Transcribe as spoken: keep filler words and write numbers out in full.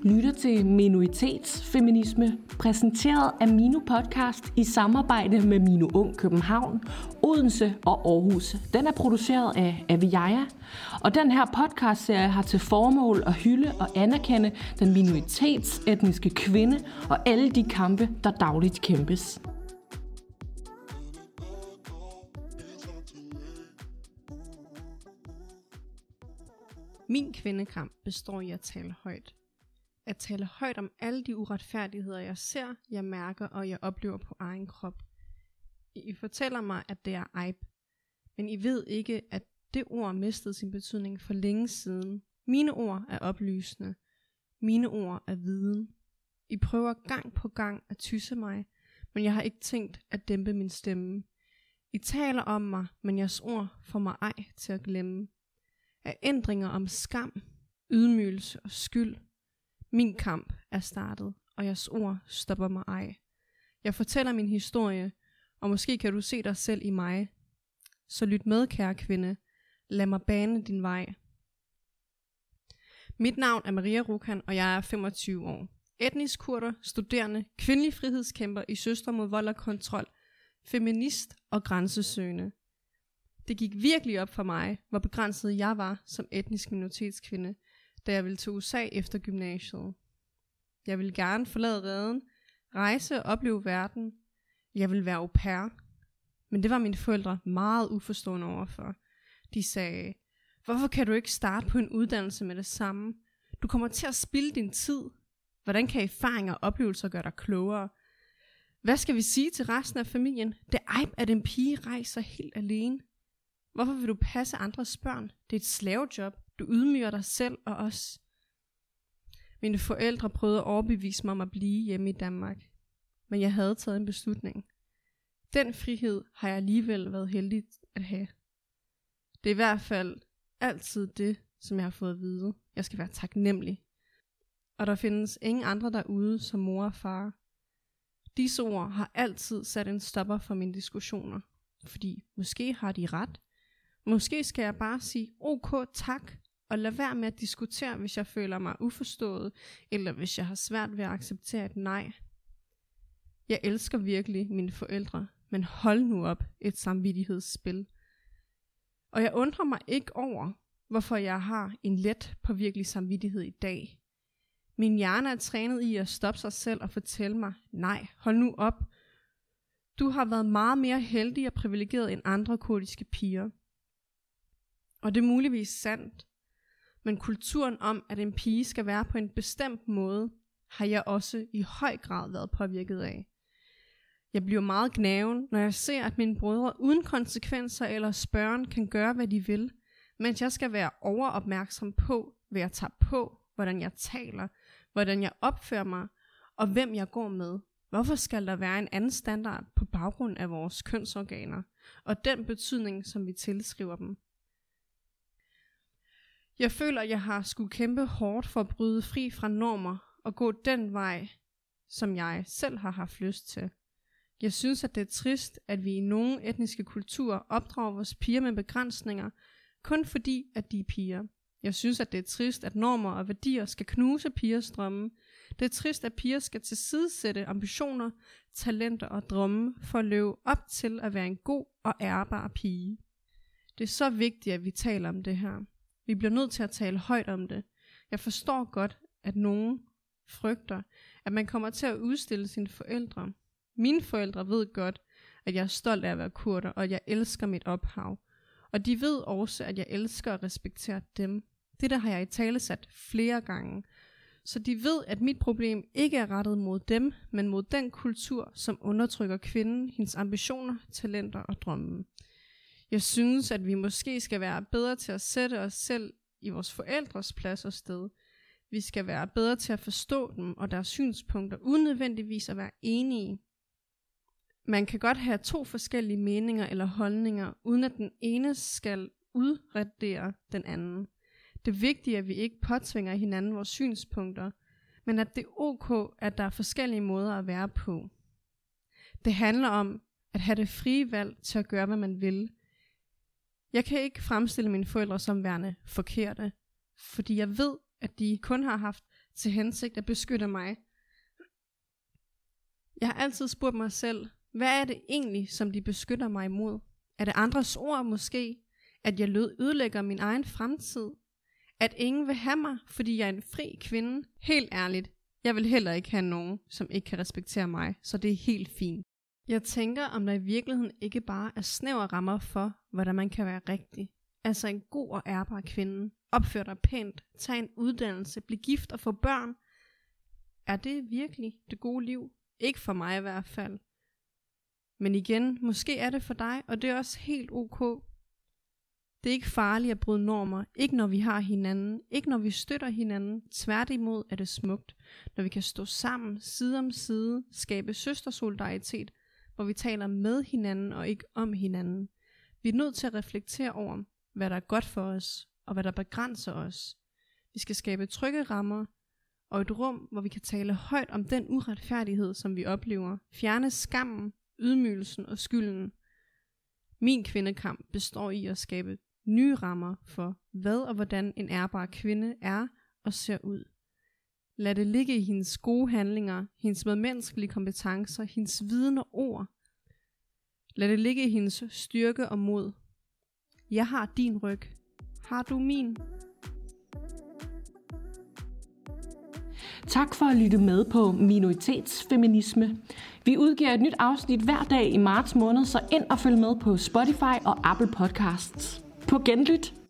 lytter til Minoritetsfeminisme, præsenteret af Mino Podcast i samarbejde med Mino Ung København, Odense og Aarhus. Den er produceret af Aviaja, og den her podcastserie har til formål at hylde og anerkende den minoritetsetniske kvinde og alle de kampe, der dagligt kæmpes. Min kvindekamp består i at tale højt. At tale højt om alle de uretfærdigheder, jeg ser, jeg mærker og jeg oplever på egen krop. I fortæller mig, at det er ejb. Men I ved ikke, at det ord mistede sin betydning for længe siden. Mine ord er oplysende. Mine ord er viden. I prøver gang på gang at tysse mig, men jeg har ikke tænkt at dæmpe min stemme. I taler om mig, men jeres ord får mig ej til at glemme. Af ændringer om skam, ydmygelse og skyld. Min kamp er startet, og jeres ord stopper mig ej. Jeg fortæller min historie, og måske kan du se dig selv i mig. Så lyt med, kære kvinde. Lad mig bane din vej. Mit navn er Maria Rukhan, og jeg er femogtyve år. Etnisk kurder, studerende, kvindelig frihedskæmper i Søstre mod vold og kontrol, feminist og grænsesøgende. Det gik virkelig op for mig, hvor begrænset jeg var som etnisk minoritetskvinde, da jeg ville til U S A efter gymnasiet. Jeg ville gerne forlade reden, rejse og opleve verden. Jeg ville være au pair. Men det var mine forældre meget uforstående overfor. De sagde, hvorfor kan du ikke starte på en uddannelse med det samme? Du kommer til at spilde din tid. Hvordan kan erfaringer og oplevelser gøre dig klogere? Hvad skal vi sige til resten af familien? Det er ejb, at en pige rejser helt alene. Hvorfor vil du passe andres børn? Det er et slavejob. Du ydmyger dig selv og os. Mine forældre prøvede at overbevise mig om at blive hjemme i Danmark. Men jeg havde taget en beslutning. Den frihed har jeg alligevel været heldig at have. Det er i hvert fald altid det, som jeg har fået at vide. Jeg skal være taknemmelig. Og der findes ingen andre derude som mor og far. Disse ord har altid sat en stopper for mine diskussioner. Fordi måske har de ret. Måske skal jeg bare sige ok tak, og lade være med at diskutere, hvis jeg føler mig uforstået, eller hvis jeg har svært ved at acceptere et nej. Jeg elsker virkelig mine forældre, men hold nu op et samvittighedsspil. Og jeg undrer mig ikke over, hvorfor jeg har en let påvirkelig samvittighed i dag. Min hjerne er trænet i at stoppe sig selv og fortælle mig, nej, hold nu op. Du har været meget mere heldig og privilegeret end andre kurdiske piger. Og det er muligvis sandt. Men kulturen om, at en pige skal være på en bestemt måde, har jeg også i høj grad været påvirket af. Jeg bliver meget gnaven, når jeg ser, at mine brødre uden konsekvenser eller spørgen kan gøre, hvad de vil, mens jeg skal være overopmærksom på, hvad jeg tager på, hvordan jeg taler, hvordan jeg opfører mig, og hvem jeg går med. Hvorfor skal der være en anden standard på baggrund af vores kønsorganer, og den betydning, som vi tilskriver dem? Jeg føler, at jeg har skulle kæmpe hårdt for at bryde fri fra normer og gå den vej, som jeg selv har haft lyst til. Jeg synes, at det er trist, at vi i nogle etniske kulturer opdrager vores piger med begrænsninger, kun fordi, at de er piger. Jeg synes, at det er trist, at normer og værdier skal knuse pigers drømme. Det er trist, at piger skal tilsidesætte ambitioner, talenter og drømme for at leve op til at være en god og ærbar pige. Det er så vigtigt, at vi taler om det her. Vi bliver nødt til at tale højt om det. Jeg forstår godt, at nogen frygter, at man kommer til at udstille sine forældre. Mine forældre ved godt, at jeg er stolt af at være kurder, og at jeg elsker mit ophav. Og de ved også, at jeg elsker og respekterer dem. Det der har jeg i tale sat flere gange. Så de ved, at mit problem ikke er rettet mod dem, men mod den kultur, som undertrykker kvinden, hendes ambitioner, talenter og drømme. Jeg synes, at vi måske skal være bedre til at sætte os selv i vores forældres plads og sted. Vi skal være bedre til at forstå dem og deres synspunkter, uden nødvendigvis at være enige. Man kan godt have to forskellige meninger eller holdninger, uden at den ene skal udradere den anden. Det er vigtigt, at vi ikke påtvinger hinanden vores synspunkter, men at det er ok, at der er forskellige måder at være på. Det handler om at have det frie valg til at gøre, hvad man vil. Jeg kan ikke fremstille mine forældre som værende forkerte, fordi jeg ved, at de kun har haft til hensigt at beskytte mig. Jeg har altid spurgt mig selv, hvad er det egentlig, som de beskytter mig imod? Er det andres ord måske? At jeg ødelægger min egen fremtid? At ingen vil have mig, fordi jeg er en fri kvinde? Helt ærligt, jeg vil heller ikke have nogen, som ikke kan respektere mig, så det er helt fint. Jeg tænker, om der i virkeligheden ikke bare er snævre rammer for, hvordan man kan være rigtig. Altså en god og ærbar kvinde. Opfør dig pænt, tag en uddannelse, bliv gift og få børn. Er det virkelig det gode liv? Ikke for mig i hvert fald. Men igen, måske er det for dig, og det er også helt ok. Det er ikke farligt at bryde normer, ikke når vi har hinanden, ikke når vi støtter hinanden. Tværtimod er det smukt, når vi kan stå sammen, side om side, skabe søstersolidaritet, hvor vi taler med hinanden og ikke om hinanden. Vi er nødt til at reflektere over, hvad der er godt for os, og hvad der begrænser os. Vi skal skabe trygge rammer, og et rum, hvor vi kan tale højt om den uretfærdighed, som vi oplever. Fjerne skammen, ydmygelsen og skylden. Min kvindekamp består i at skabe nye rammer for, hvad og hvordan en ærbar kvinde er og ser ud. Lad det ligge i hendes gode handlinger, hendes medmenneskelige kompetencer, hendes viden og ord. Lad det ligge i hendes styrke og mod. Jeg har din ryg. Har du min? Tak for at lytte med på Minoritetsfeminisme. Vi udgiver et nyt afsnit hver dag i marts måned, så ind og følg med på Spotify og Apple Podcasts. På genlyt!